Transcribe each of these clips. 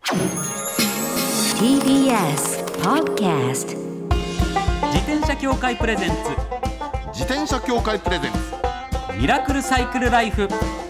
TBS Podcast 自転車協会プレゼンツ自転車協会プレゼンツミラクルサイクルライフ。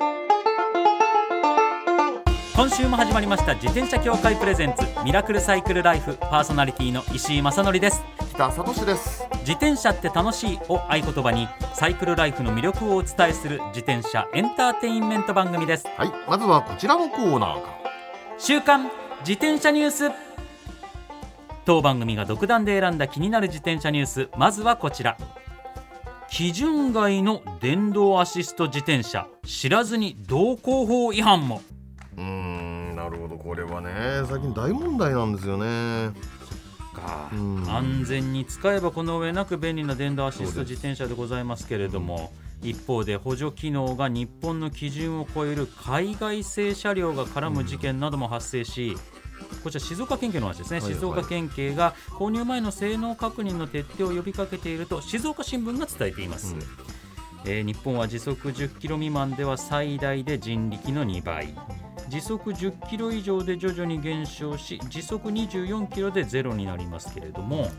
今週も始まりました自転車協会プレゼンツミラクルサイクルライフ。パーソナリティの石井正則です。 北里です。 自転車って楽しいを合言葉にサイクルライフの魅力をお伝えする自転車エンターテインメント番組です。 はい、まずはこちらのコーナーから。 週刊自転車ニュース。当番組が独断で選んだ気になる自転車ニュース、まずはこちら。基準外の電動アシスト自転車、知らずに道交法違反も。 なるほど、これはね最近大問題なんですよね。 安全に使えばこの上なく便利な電動アシスト自転車でございますけれども、一方で補助機能が日本の基準を超える海外製車両が絡む事件なども発生し、こちら静岡県警の話ですね。静岡県警が購入前の性能確認の徹底を呼びかけていると静岡新聞が伝えています。日本は時速10キロ未満では最大で人力の2倍、時速10キロ以上で徐々に減少し時速24キロでゼロになりますけれども、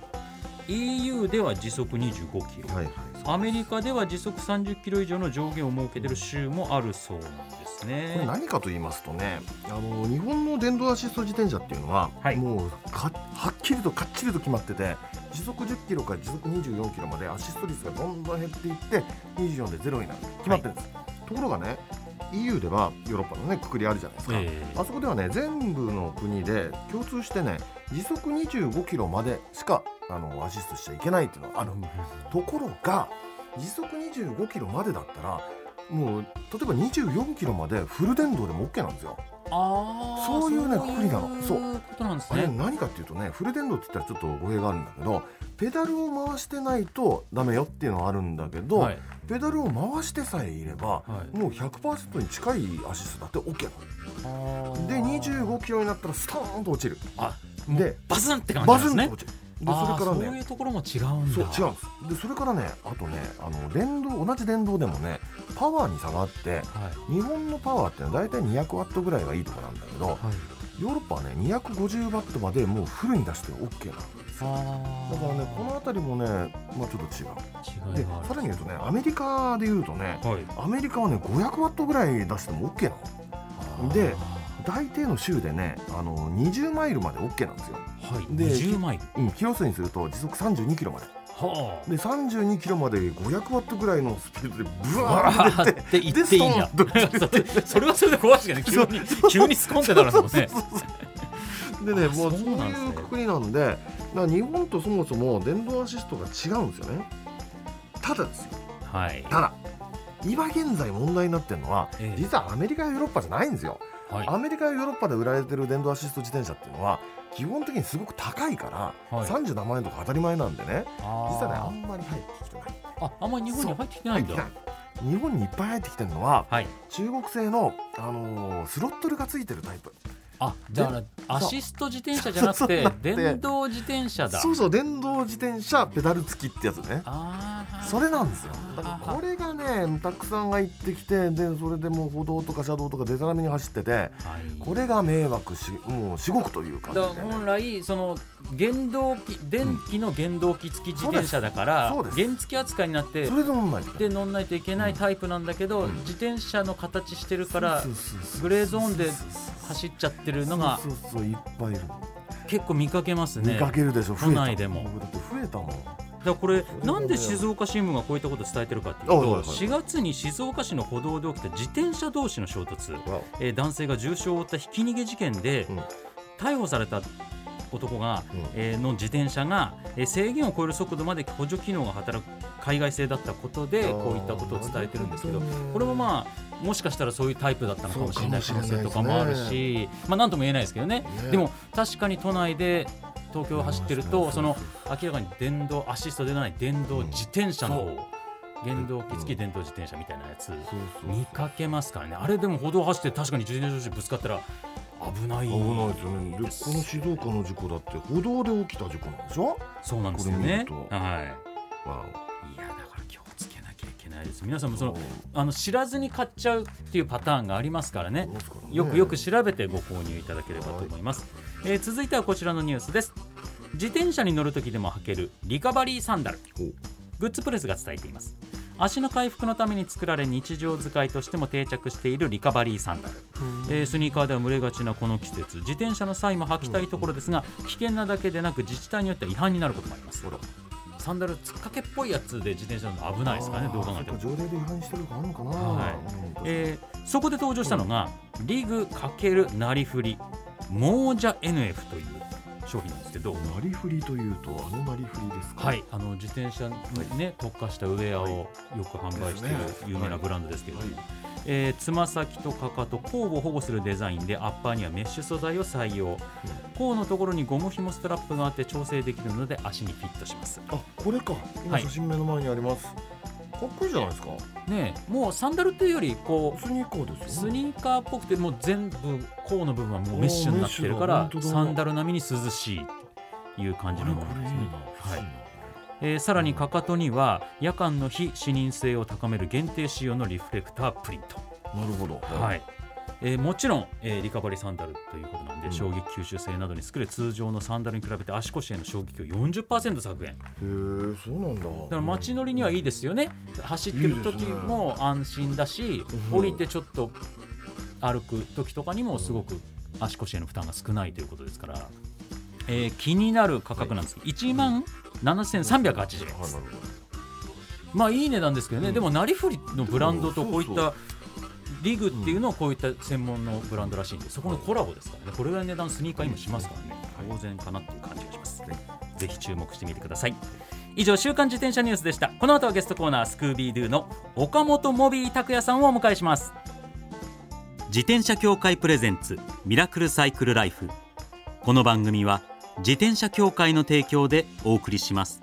EU では時速25キロ、アメリカでは時速30キロ以上の上限を設けている州もあるそうなんですね。 これ何かと言いますとね、日本の電動アシスト自転車っていうのは、もうはっきりとかっちりと決まってて、時速10キロから時速24キロまでアシスト率がどんどん減っていって24でゼロになる決まってるんです。ところがね、EU ではヨーロッパのねくくりあるじゃないですか。あそこではね全部の国で共通してね、時速25キロまでしかアシストしちゃいけないっていうのがある。ところが時速25キロまでだったらもう例えば24キロまでフル電動でも OK なんですよ。そういうねくくりなの。そういうことなんですね。何かっていうとね、フル電動って言ったらちょっと語弊があるんだけど、ペダルを回してないとダメよっていうのはあるんだけど、ペダルを回してさえいれば、もう 100% に近いアシストだって OK なの。で25キロになったらストーンと落ちる。でバズンって感じなんですね。 バズンと落ちる。でそれからね、 そういうところも違うんだ。 そう違うんです。でそれからね、あとね同じ電動でもねパワーに差があって、日本のパワーってのはだいたい200ワットぐらいがいいとこなんだけど、ヨーロッパはね250ワットまでもうフルに出して OK なんですよ。だからねこの辺りもね、ちょっと違う。でさらに言うとね、アメリカで言うとね、アメリカはね500ワットぐらい出しても OK なので、大抵の州でね20マイルまで OK なんですよ。で 20マイル、 キロ数にすると時速32キロまで。で32キロまで500ワットぐらいのスピードでブワーっていっていいんだそれはそれで怖いですけどね、急にスコンってなるんですもんね。 でね、もうそういうくくりなんで、日本とそもそも電動アシストが違うんですよね。ただですよ、ただ今現在問題になってるのは、実はアメリカやヨーロッパじゃないんですよ。アメリカやヨーロッパで売られてる電動アシスト自転車っていうのは基本的にすごく高いから、30何万円とか当たり前なんでね、実はねあんまり入ってきてない。 あんまり日本に入ってきてないんだ。 日本にいっぱい入ってきてるのは、中国製の、スロットルがついてるタイプ。 だからアシスト自転車じゃなくて電動自転車だ。 そう電動自転車ペダル付きってやつね。それなんですよ。だからこれがねたくさん入ってきて、でそれでもう歩道とか車道とかデタラメに走ってて、これが迷惑もう至極というか、 だから本来その電気の原動機付き自転車だから、原付扱いになってそれで乗んないといけないタイプなんだけど、自転車の形してるからグレーゾーンで走っちゃってるのがいっぱいいる。 結構見かけますね。 見かけるでしょ。 都内でもだって増えたもん。だからこれなんで静岡新聞がこういったことを伝えてるかというと、4月に静岡市の歩道で起きた自転車同士の衝突、男性が重傷を負ったひき逃げ事件で、逮捕された男が、の自転車が、制限を超える速度まで補助機能が働く海外製だったことでこういったことを伝えてるんですけど、これももしかしたらそういうタイプだったのかもしれない可能性とかもあるし、何とも言えないですけどね。でも確かに都内で東京を走ってると、その明らかに電動アシストではない電動自転車の方、原動機付き電動自転車みたいなやつ見かけますからね。あれでも歩道走って確かに自転車同士ぶつかったら危ないですよね。 でこの静岡の事故だって歩道で起きた事故なんでしょ。 そうなんですよね。 いやだから気をつけなきゃいけないないです。皆さんも知らずに買っちゃうっていうパターンがありますからね、よく調べてご購入いただければと思います。続いてはこちらのニュースです。自転車に乗るときでも履けるリカバリーサンダル、グッズプレスが伝えています。足の回復のために作られ日常使いとしても定着しているリカバリーサンダル、スニーカーでは蒸れがちなこの季節、自転車の際も履きたいところですが、危険なだけでなく自治体によっては違反になることもあります。サンダルつっかけっぽいやつで自転車の危ないですからね、どう考えても。 条例で違反してるかあるのかな、 そこで登場したのが、リグ×なりふりモージャ NF という商品なんですけど、 なりふりというとなりふりですか。 自転車に、ね、特化したウェアをよく販売している有名なブランドですけど、つま先とかかと甲を保護するデザインで、アッパーにはメッシュ素材を採用、甲のところにゴム紐ストラップがあって調整できるので足にフィットします。 これか、今写真目の前にあります、かっこいいじゃないですかね。もうサンダルというよりスニーカーですよね。 スニーカーっぽくて、もう全部甲の部分はもうメッシュになってるから、サンダル並みに涼しいという感じのものですね。さらにかかとには夜間の非視認性を高める限定仕様のリフレクタープリント。 なるほど。 もちろん、リカバリーサンダルということなんで、衝撃吸収性などに優れ、通常のサンダルに比べて足腰への衝撃を 40% 削減。 そうなんだ。だから街乗りにはいいですよね。走ってる時も安心だし、降りてちょっと歩く時とかにもすごく足腰への負担が少ないということですから、気になる価格なんですけど、17,380円です。まあいい値段ですけどね。でもなりふりのブランドとこういったリグっていうのをこういった専門のブランドらしいんで、そこのコラボですからね。これぐらい値段スニーカーにもしますからね、当然かなっていう感じがします。ぜひ注目してみてください。以上、週刊自転車ニュースでした。この後はゲストコーナー、スクービードゥの岡本モビー拓也さんをお迎えします。自転車協会プレゼンツミラクルサイクルライフ。この番組は自転車協会の提供でお送りします。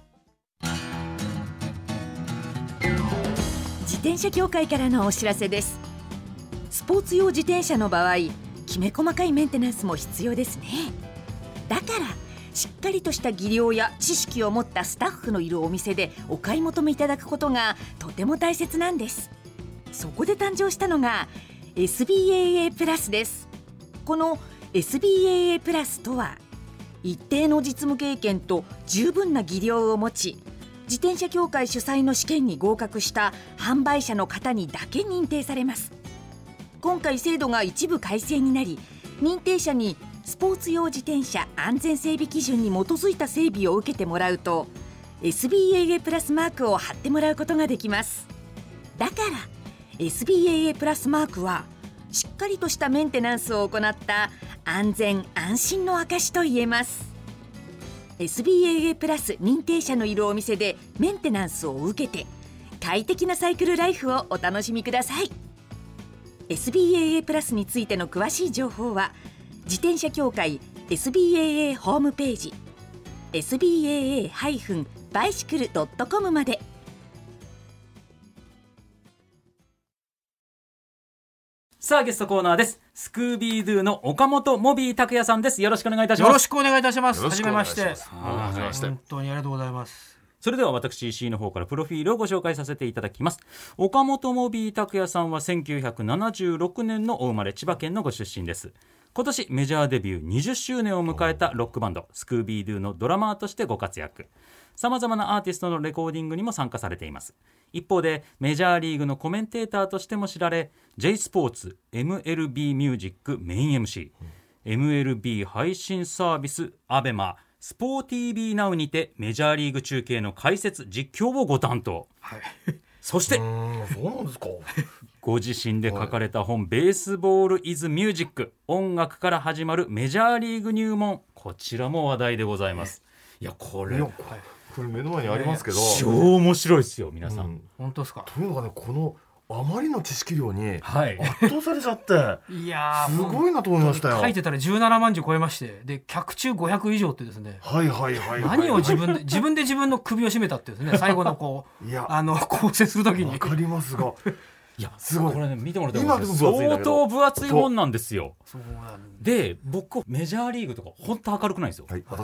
自転車協会からのお知らせです。スポーツ用自転車の場合、きめ細かいメンテナンスも必要ですね。だからしっかりとした技量や知識を持ったスタッフのいるお店でお買い求めいただくことがとても大切なんです。そこで誕生したのが SBAA プラスです。この SBAA プラスとは、一定の実務経験と十分な技量を持ち、自転車協会主催の試験に合格した販売者の方にだけ認定されます。今回制度が一部改正になり、認定者にスポーツ用自転車安全整備基準に基づいた整備を受けてもらうと SBAA プラスマークを貼ってもらうことができます。だから SBAA プラスマークはしっかりとしたメンテナンスを行った安全安心の証と言えます。SBAA プラス認定者のいるお店でメンテナンスを受けて快適なサイクルライフをお楽しみください。 SBAA プラスについての詳しい情報は自転車協会 SBAA ホームページ SBAA-bicycle.com まで。 さあ、ゲストコーナーです。スクービードゥの岡本モビー拓也さんです。よろしくお願いいたします。 よろしくお願いいたします。はじめまして。 本当にありがとうございます。 それでは私石井の方からプロフィールをご紹介させていただきます。岡本モビー拓也さんは1976年のお生まれ、千葉県のご出身です。今年メジャーデビュー20周年を迎えたロックバンドスクービードゥのドラマーとしてご活躍。さまざまなアーティストのレコーディングにも参加されています。一方でメジャーリーグのコメンテーターとしても知られ、 J スポーツ MLB ミュージックメイン MC、MLB 配信サービスアベマスポー TV ナウにてメジャーリーグ中継の解説実況をご担当、そしてそうなんですか。 ご自身で書かれた本、ベースボールイズミュージック、音楽から始まるメジャーリーグ入門、こちらも話題でございます。いや、これ目の前にありますけど、 超面白いですよ皆さん、 本当ですか。 というのがね、このあまりの知識量に圧倒されちゃって、 いやすごいなと思いましたよ。 書いてたら17万字超えまして、で客中500以上ってですね、何を自分で自分の首を絞めたってですね、最後のこう構成するときにわかりますがいやすごい、 これね見てもらったら相当分厚い本なんですよ。 そうなんで、僕メジャーリーグとか本当明るくないんですよ。 私も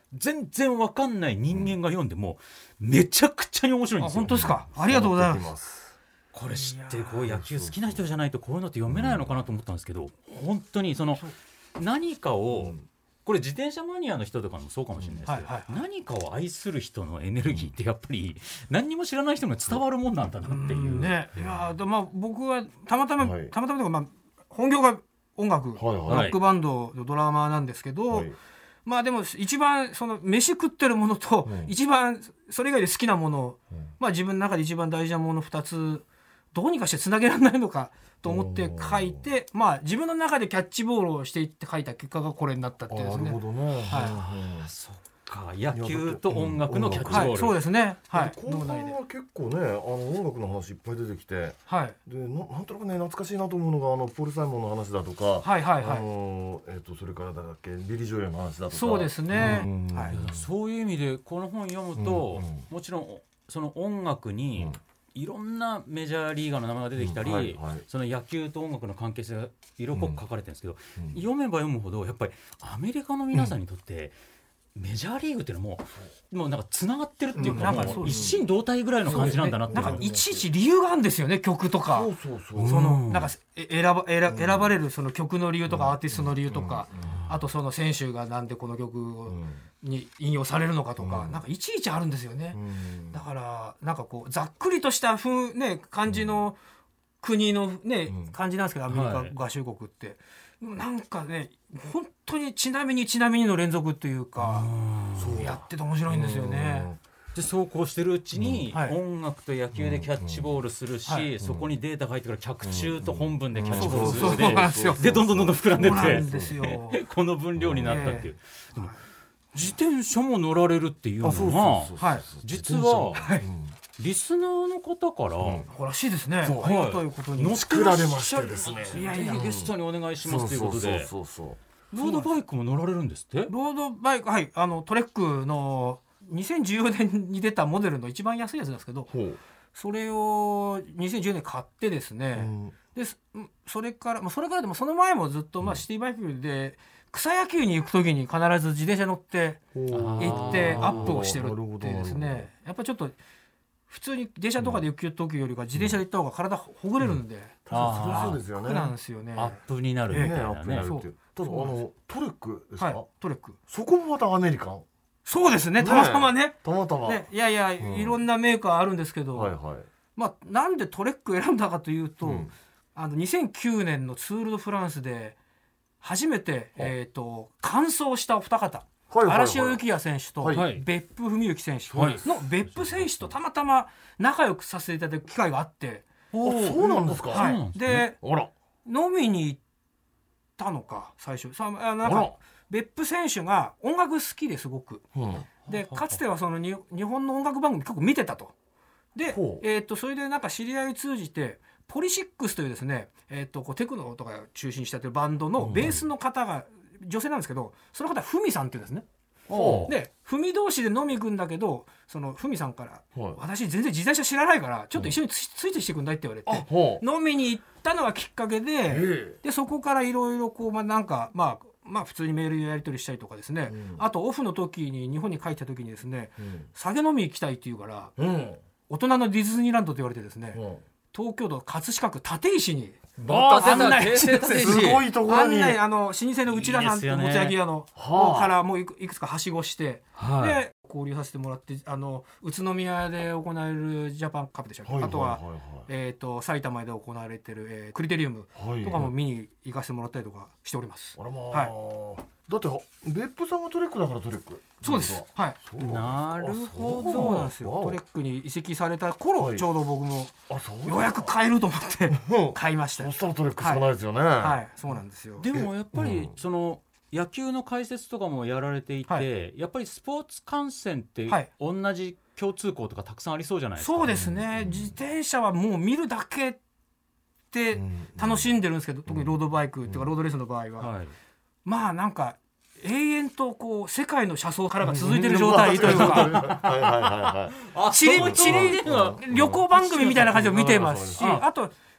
全然わかんない人間が読んでもめちゃくちゃに面白いんですよ。 本当ですか。ありがとうございます。 これ知ってこう野球好きな人じゃないとこういうのって読めないのかなと思ったんですけど、本当にその何かを、これ自転車マニアの人とかもそうかもしれないですけど、何かを愛する人のエネルギーってやっぱり何にも知らない人に伝わるもんなんだなっていう。 ね、いやまあ僕はたまたまというか、まあ本業が音楽、ロックバンドのドラマーなんですけど、まあでも一番その飯食ってるものと一番それ以外で好きなもの、まあ自分の中で一番大事なもの2つどうにかしてつなげられないのかと思って書いて、まあ自分の中でキャッチボールをしていって書いた結果がこれになったっていうですね。 なるほどね。 そっか、野球と音楽のキャッチボール。 そうですね。 後半は結構ね、音楽の話いっぱい出てきて、でなんとなくね懐かしいなと思うのがポール・サイモンの話だとか、それからだっけビリー・ジョエルの話だとか。 そうですね。 そういう意味でこの本読むと、もちろんその音楽にいろんなメジャーリーガーの名前が出てきたり、その野球と音楽の関係性が色濃く書かれてるんですけど、読めば読むほどやっぱりアメリカの皆さんにとって、メジャーリーグっていうのもうなんかつながってるっていうか、一心同体ぐらいの感じなんだなっていう。 なんかいちいち理由があるんですよね、曲とか。そのなんか選ばれるその曲の理由とかアーティストの理由とか、あとその選手がなんでこの曲に引用されるのかとか、なんかいちいちあるんですよね。だからなんかこうざっくりとした感じの国の感じなんですけど、アメリカ合衆国ってなんかね本当にちなみにの連続っていうか、そうやってて面白いんですよね。 でそうこうしてるうちに、音楽と野球でキャッチボールするし、そこにデータが入ってから脚注と本文でキャッチボールするでどんどん膨らんでってこの分量になったっていう。でも自転車も乗られるっていうのが実はリスナーの方かららしいですね。 ありがたいことに作られましてですね。 ゲストにお願いしますということで、ロードバイクも乗られるんですって。 ロードバイク、トレックの2014年に出たモデルの一番安いやつなんですけど、それを2010年買ってですね、でそれからでもその前もずっとシティバイクで草野球に行く時に必ず自転車乗って行ってアップをしてるってですね。やっぱちょっと普通に電車とかで行く時よりか自転車で行った方が体ほぐれるんで、 そうですよね。 なんですよね。 アップになるみたいなね。 ただトレックですか？ トレック。 そこもまたアメリカン。 そうですね。たまたまね。いやいろんなメーカーあるんですけど、なんでトレック選んだかというと、2009年のツール・ド・フランスで初めて完走したお二方。嵐尾幸也選手と別府文幸選手の別府選手とたまたま仲良くさせていただく機会があって、 そうなんですか。 で飲みに行ったのか最初なんか別府選手が音楽好きですごく、でかつてはその日本の音楽番組結構見てたと。でそれでなんか知り合いを通じてポリシックスというですねこうテクノとか中心にしたというバンドのベースの方が女性なんですけど、その方はふみさんっていうんですね。でふみ同士で飲み行くんだけど、そのふみさんから私全然自転車知らないからちょっと一緒についてきてくんないって言われて飲みに行ったのがきっかけで、そこからいろいろこうなんか普通にメールでやり取りしたりとかですね、あとオフの時に日本に帰った時にですね、酒飲み行きたいって言うから、大人のディズニーランドと言われてですね、東京都葛飾区立石に案内してすごいところに老舗の内田さんってもつ焼き屋のからもういくつかはしごして、で交流させてもらって、宇都宮で行われるジャパンカップでしたっけ、あとは埼玉で行われてるクリテリウムとかも見に行かせてもらったりとかしております。 だって別府さんがトレックだからトレック。 そうです。 なるほど。 そうなんですよ。トレックに移籍された頃、ちょうど僕もようやく買えると思って買いました。 そしたらトレックしかないですよね。 そうなんですよ。 でもやっぱりその野球の解説とかもやられていて、やっぱりスポーツ観戦って同じ共通項とかたくさんありそうじゃないですか。 そうですね。自転車はもう見るだけで楽しんでるんですけど、特にロードバイクっていうかロードレースの場合は。なんか永遠とこう世界の車窓からが続いてる状態というか、旅行番組みたいな感じを見てますし、あと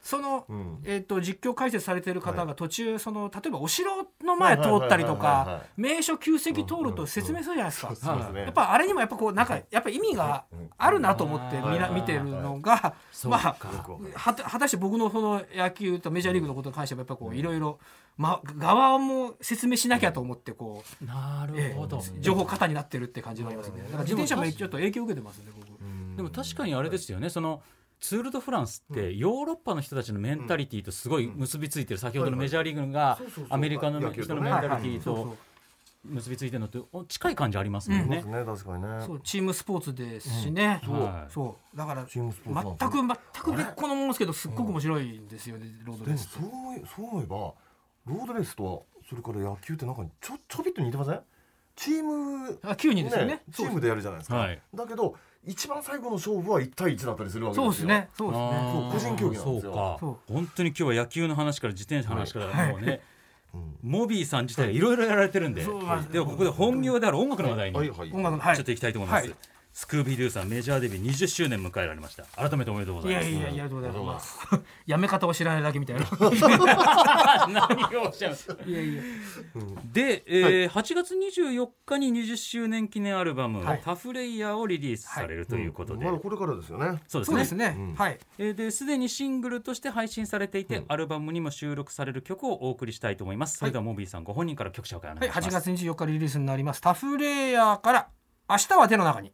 その、実況解説されている方が途中、その例えばお城の前通ったりとか名所旧跡通ると説明するじゃないですか。やっぱあれにもやっぱこうなんかやっぱ意味があるなと思って見てるのが、まあ果たして僕のその野球とメジャーリーグのことに関してはやっぱこういろいろ側も説明しなきゃと思ってこう、 なるほど、 情報過多になってるって感じがありますね。だから自転車もちょっと影響を受けてますね僕。 でも確かにあれですよね、そのツール・ド・フランスってヨーロッパの人たちのメンタリティとすごい結びついてる、先ほどのメジャーリーグがアメリカの人のメンタリティと結びついてるのって近い感じありますもんね。 確かにね。 そうチームスポーツですしね。そうだから全く別個のものですけどすっごく面白いんですよね、ロードレース。 そう思えばロードレースとそれから野球ってなんかちょびっと似てません？チーム 9人ですよね。 チームでやるじゃないですか。だけど一番最後の勝負は1対1だったりするわけですよ。 そうですね。 個人競技なんですよ。 本当に今日は野球の話から自転車の話からもうね、モビーさん自体がいろいろやられてるんで、ではここで本業である音楽の話題にちょっといきたいと思います。スクービードゥさんメジャーデビュー20周年迎えられました。改めておめでとうございます。 いやありがとうございます。やめ方を知らないだけみたいな。 何をおっしゃいます。で、8月24日に20周年記念アルバム、タフレイヤーをリリースされるということで、 これからですよね。 そうですね。 ですでにシングルとして配信されていて、アルバムにも収録される曲をお送りしたいと思います。それではモビーさんご本人から曲紹介お願いします。 8月24日リリースになりますタフレイヤーから明日は手の中に。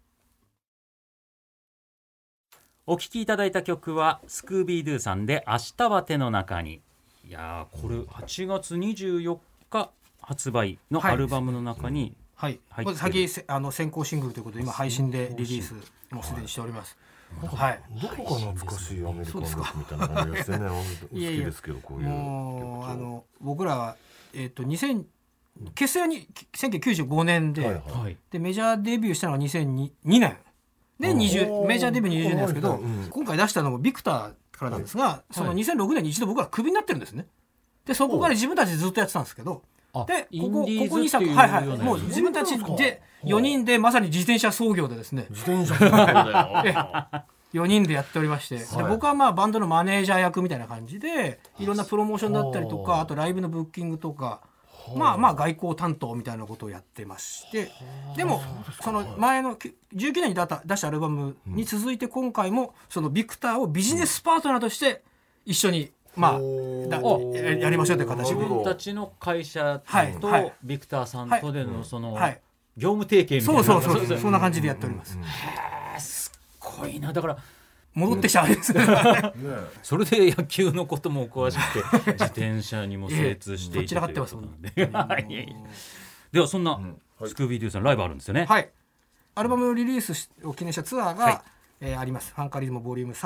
お聴きいただいた曲はスクービードゥさんで明日は手の中に。いやこれ8月24日発売のアルバムの中に先先行シングルということで今配信でリリースもすでにしております。 どこか懐かしいアメリカンロックみたいな感じがしてね好きですけど、こういう僕らは結成は1995年でメジャーデビューしたのが2002年でメジャーデビュー20年ですけど、今回出したのもビクターからなんですが、その2006年に一度僕らクビになってるんですね。でそこから自分たちでずっとやってたんですけど、でここ2作もう自分たちで4人でまさに自転車操業でですね、 自転車操業だよ4人でやっておりまして、で僕はバンドのマネージャー役みたいな感じでいろんなプロモーションだったりとか、あとライブのブッキングとか外交担当みたいなことをやってまして、でもその前の19年に出したアルバムに続いて今回もそのビクターをビジネスパートナーとして一緒にやりましょうという形で、 自分たちの会社とビクターさんとでのその業務提携みたいな、 そんな感じでやっております。 すごいな。だから戻ってきたわけですそれで野球のこともお詳しくて自転車にも精通していてということなんでではそんなスクービードゥさんライブあるんですよね。 アルバムリリースを記念したツアーがあります。ファンカリズムボリューム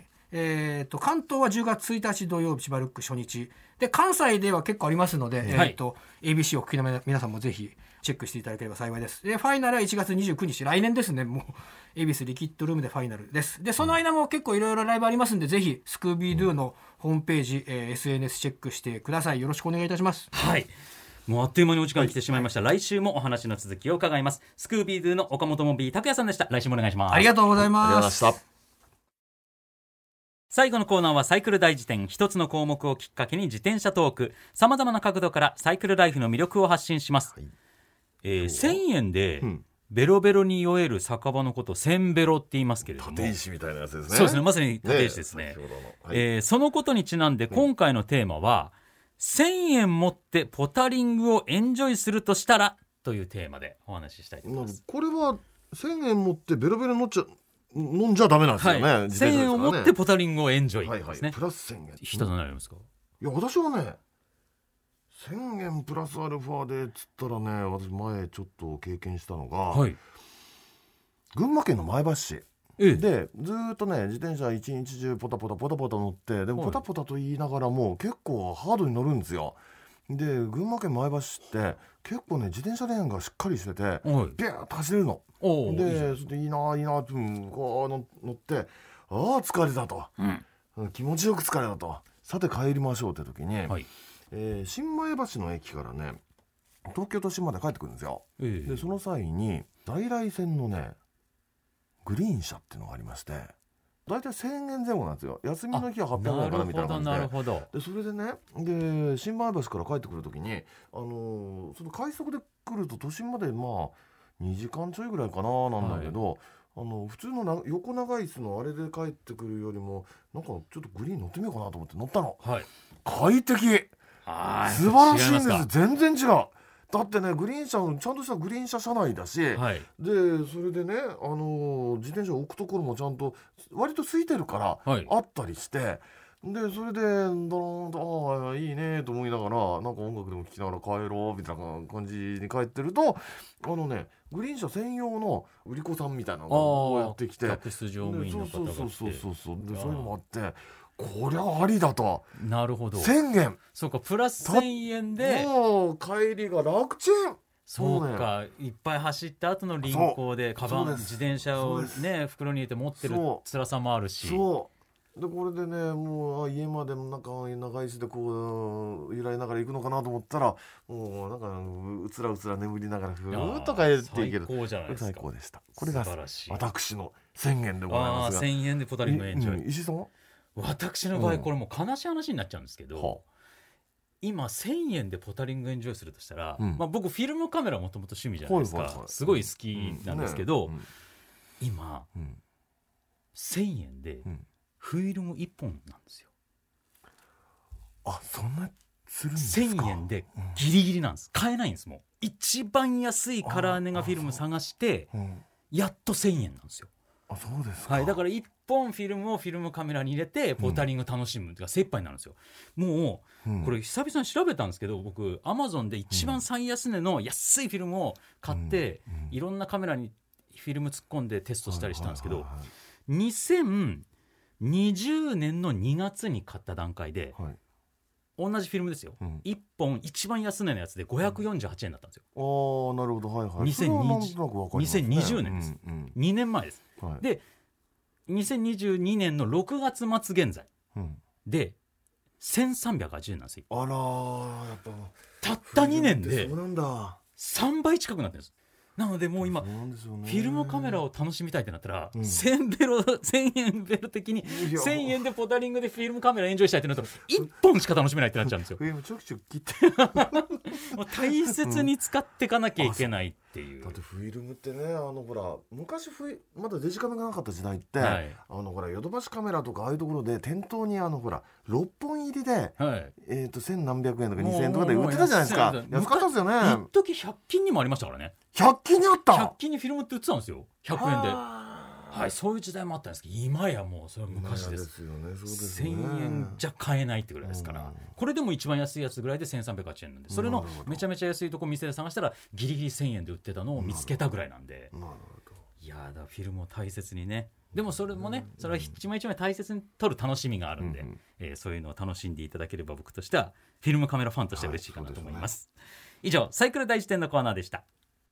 13。関東は10月1日土曜日千葉ルック初日で、関西では結構ありますので、ABC をお聞きの皆さんもぜひチェックしていただければ幸いです。でファイナルは1月29日来年ですね。もう恵比寿リキッドルームでファイナルです。でその間も結構いろいろライブありますんで、ぜひスクービードゥのホームページ、SNS チェックしてください。よろしくお願いいたします。 もうあっという間にお時間来てしまいました。来週もお話の続きを伺います。スクービードゥの岡本モビー拓也さんでした。来週もお願いします。 ありがとうございます。 最後のコーナーはサイクル大辞典。一つの項目をきっかけに自転車トーク、さまざまな角度からサイクルライフの魅力を発信します。1000円でベロベロに酔える酒場のことを1000ベロって言いますけれども、 立石みたいなやつですね。 そうですね、まさに立石ですね。そのことにちなんで今回のテーマは、1000円持ってポタリングをエンジョイするとしたらというテーマでお話ししたいと思います。 これは1000円持ってベロベロ飲んじゃダメなんですよね。 1000円を持ってポタリングをエンジョイですね。 プラス1000円。 人となりますか？ いや私はね、1000円プラスアルファでつったらね、私前ちょっと経験したのが、群馬県の前橋市でずっとね自転車一日中ポタポタ乗って、でもポタポタと言いながらも結構ハードに乗るんですよ。で群馬県前橋市って結構ね自転車レーンがしっかりしててビャーッと走れるの。でそれでいいなってこう乗って、ああ疲れたと、気持ちよく疲れたと、さて帰りましょうって時に、新前橋の駅からね東京都心まで帰ってくるんですよ。でその際に在来線のねグリーン車っていうのがありまして、 大体1000円前後なんですよ。休みの日は800円かなみたいな感じで。 なるほど。 でそれでね、で新米橋から帰ってくるときに、その快速で来ると都心までまあ2時間ちょいぐらいかななんだけど、普通の横長椅子のあれで帰ってくるよりもなんかちょっとグリーン乗ってみようかなと思って乗ったの、はい、快適、素晴らしいんです。全然違う。だってね、グリーン車ちゃんとしたグリーン車車内だし、はい、でそれでね、自転車を置くところもちゃんと割と空いてるからあったりして、はい、でそれでいいねと思いながらなんか音楽でも聴きながら帰ろうみたいな感じに帰ってると、グリーン車専用の売り子さんみたいなのがやってきて、 客室乗務員の方が来て、 そうでそういうのもあって、こりゃありだと。 なるほど。 1000円、 そうか、プラス1000円でもう帰りが楽ちん。 そうか、いっぱい走った後の輪行でカバン自転車をね袋に入れて持ってる辛さもあるし、 そうでこれでね、もう家までなんか長いしでこう揺られながら行くのかなと思ったら、もうなんかうつらうつら眠りながらふーっと帰っていける。 最高じゃないですか。 最高でした。これが私の1000円でございますが、 1000円でポタリングエンジョイ。 石井さんは？ 私の場合これもう悲しい話になっちゃうんですけど、今1000円でポタリングエンジョイするとしたら、僕フィルムカメラもともと趣味じゃないですか、すごい好きなんですけど、今1000円でフィルム1本なんですよ。 そんなするんですか？ 1000円でギリギリなんです。買えないんです。もう一番安いカラーネガフィルム探してやっと1000円なんですよ。 そうですか。 はい、だから1本フィルムをフィルムカメラに入れてポタリング楽しむっていうか精一杯になるんですよ。もうこれ久々に調べたんですけど、僕アマゾンで一番最安値の安いフィルムを買っていろんなカメラにフィルム突っ込んでテストしたりしたんですけど、2020年の2月に買った段階で同じフィルムですよ、1本一番安値のやつで548円だったんですよ。 なるほど、はいはい。 2020年です、2年前です、で2022年の6月末現在、で1380円なんですよ。 やっぱたった2年でそうなんだ、 3倍近くなってるんです。なのでもう今フィルムカメラを楽しみたいってなったら、1000円ベロ的に1000円でポタリングでフィルムカメラエンジョイしたいってなったら1本しか楽しめないってなっちゃうんですよ。 フィルムちょくちょく切ってもう大切に使っていかなきゃいけないっていう。 だってフィルムってね、ほら昔まだデジカメがなかった時代って、ほらヨドバシカメラとかああいうところで店頭にほら6本入りで、千何百円とか2000円とかで売ってたじゃないですか。安かったですよね。 一時100均にもありましたからね。 100均にあった。 100均にフィルムって売ってたんですよ、100円で。はい、そういう時代もあったんですけど、今やもうそれは昔です。1000円じゃ買えないってぐらいですから、これでも一番安いやつぐらいで1380円なんで、それのめちゃめちゃ安いとこ店で探したらギリギリ1000円で売ってたのを見つけたぐらいなんで、いやだフィルムを大切にね。でもそれもね、それは一枚一枚大切に撮る楽しみがあるんで、そういうのを楽しんでいただければ僕としてはフィルムカメラファンとしては嬉しいかなと思います。以上、サイクル大辞典のコーナーでした。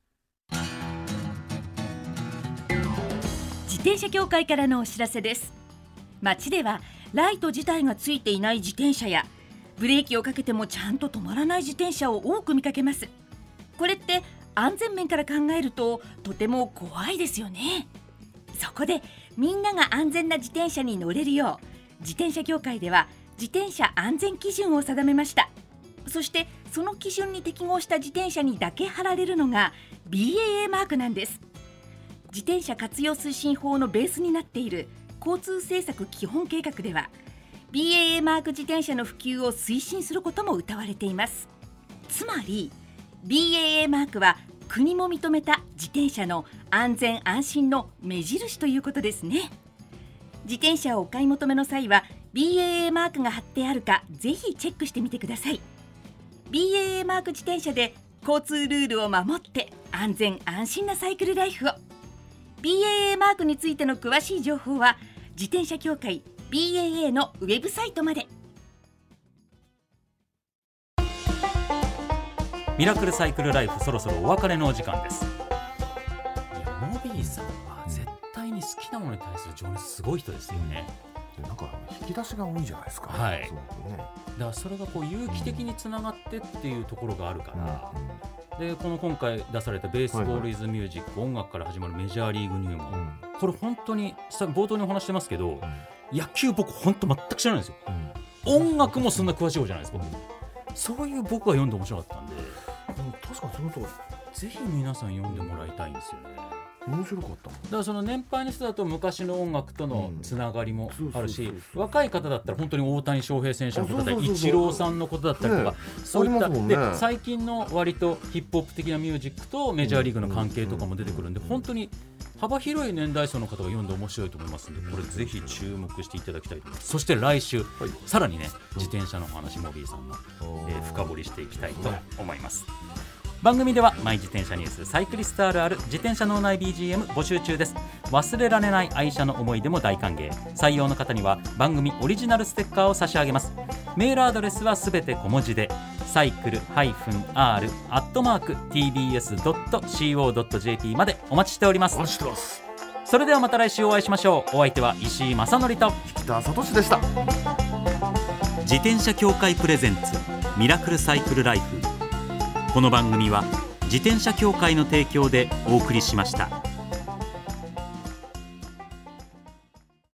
自転車協会からのお知らせです。街ではライト自体がついていない自転車やブレーキをかけてもちゃんと止まらない自転車を多く見かけます。これって安全面から考えるととても怖いですよね。そこでみんなが安全な自転車に乗れるよう、自転車協会では自転車安全基準を定めました。そしてその基準に適合した自転車にだけ貼られるのが BAA マークなんです。自転車活用推進法のベースになっている交通政策基本計画では BAA マーク自転車の普及を推進することも謳われています。つまり BAA マークは国も認めた自転車の安全安心の目印ということですね。自転車をお買い求めの際は BAA マークが貼ってあるかぜひチェックしてみてください。 BAA マーク自転車で交通ルールを守って安全安心なサイクルライフを。 BAA マークについての詳しい情報は自転車協会 BAA のウェブサイトまで。 ミラクルサイクルライフ、そろそろお別れのお時間です。いや、モビーさんは絶対に好きなものに対する情熱すごい人ですよね。 なんか引き出しが多いじゃないですか。 はい、すごくね。だからそれがこう有機的につながってっていうところがあるから、 でこの今回出されたベースボールイズミュージック、音楽から始まるメジャーリーグ入門、これ本当に冒頭にお話してますけど、野球僕本当全く知らないんですよ、音楽もそんな詳しい方じゃないですか、そういう僕が読んで面白かったんで、 確かにその通り、 ぜひ皆さん読んでもらいたいんですよね。 面白かった。 だからその年配の人だと昔の音楽とのつながりもあるし、若い方だったら本当に大谷翔平選手のことだったりイチローさんのことだったりとか、そういった、で最近の割とヒップホップ的なミュージックとメジャーリーグの関係とかも出てくるんで、本当に幅広い年代層の方が読んで面白いと思いますので、これぜひ注目していただきたいと思います。そして来週、さらにね自転車の話モビーさんの、深掘りしていきたいと思います。番組ではマイ自転車ニュース、サイクリストあるある、自転車脳内 BGM 募集中です。忘れられない愛車の思い出も大歓迎。採用の方には番組オリジナルステッカーを差し上げます。メールアドレスはすべて小文字でサイクル-r@tbs.co.jp までお待ちしております。 お待ちしてます。 それではまた来週お会いしましょう。お相手は石井正則と北里志でした。 自転車協会プレゼンツミラクルサイクルライフ。この番組は自転車協会の提供でお送りしました。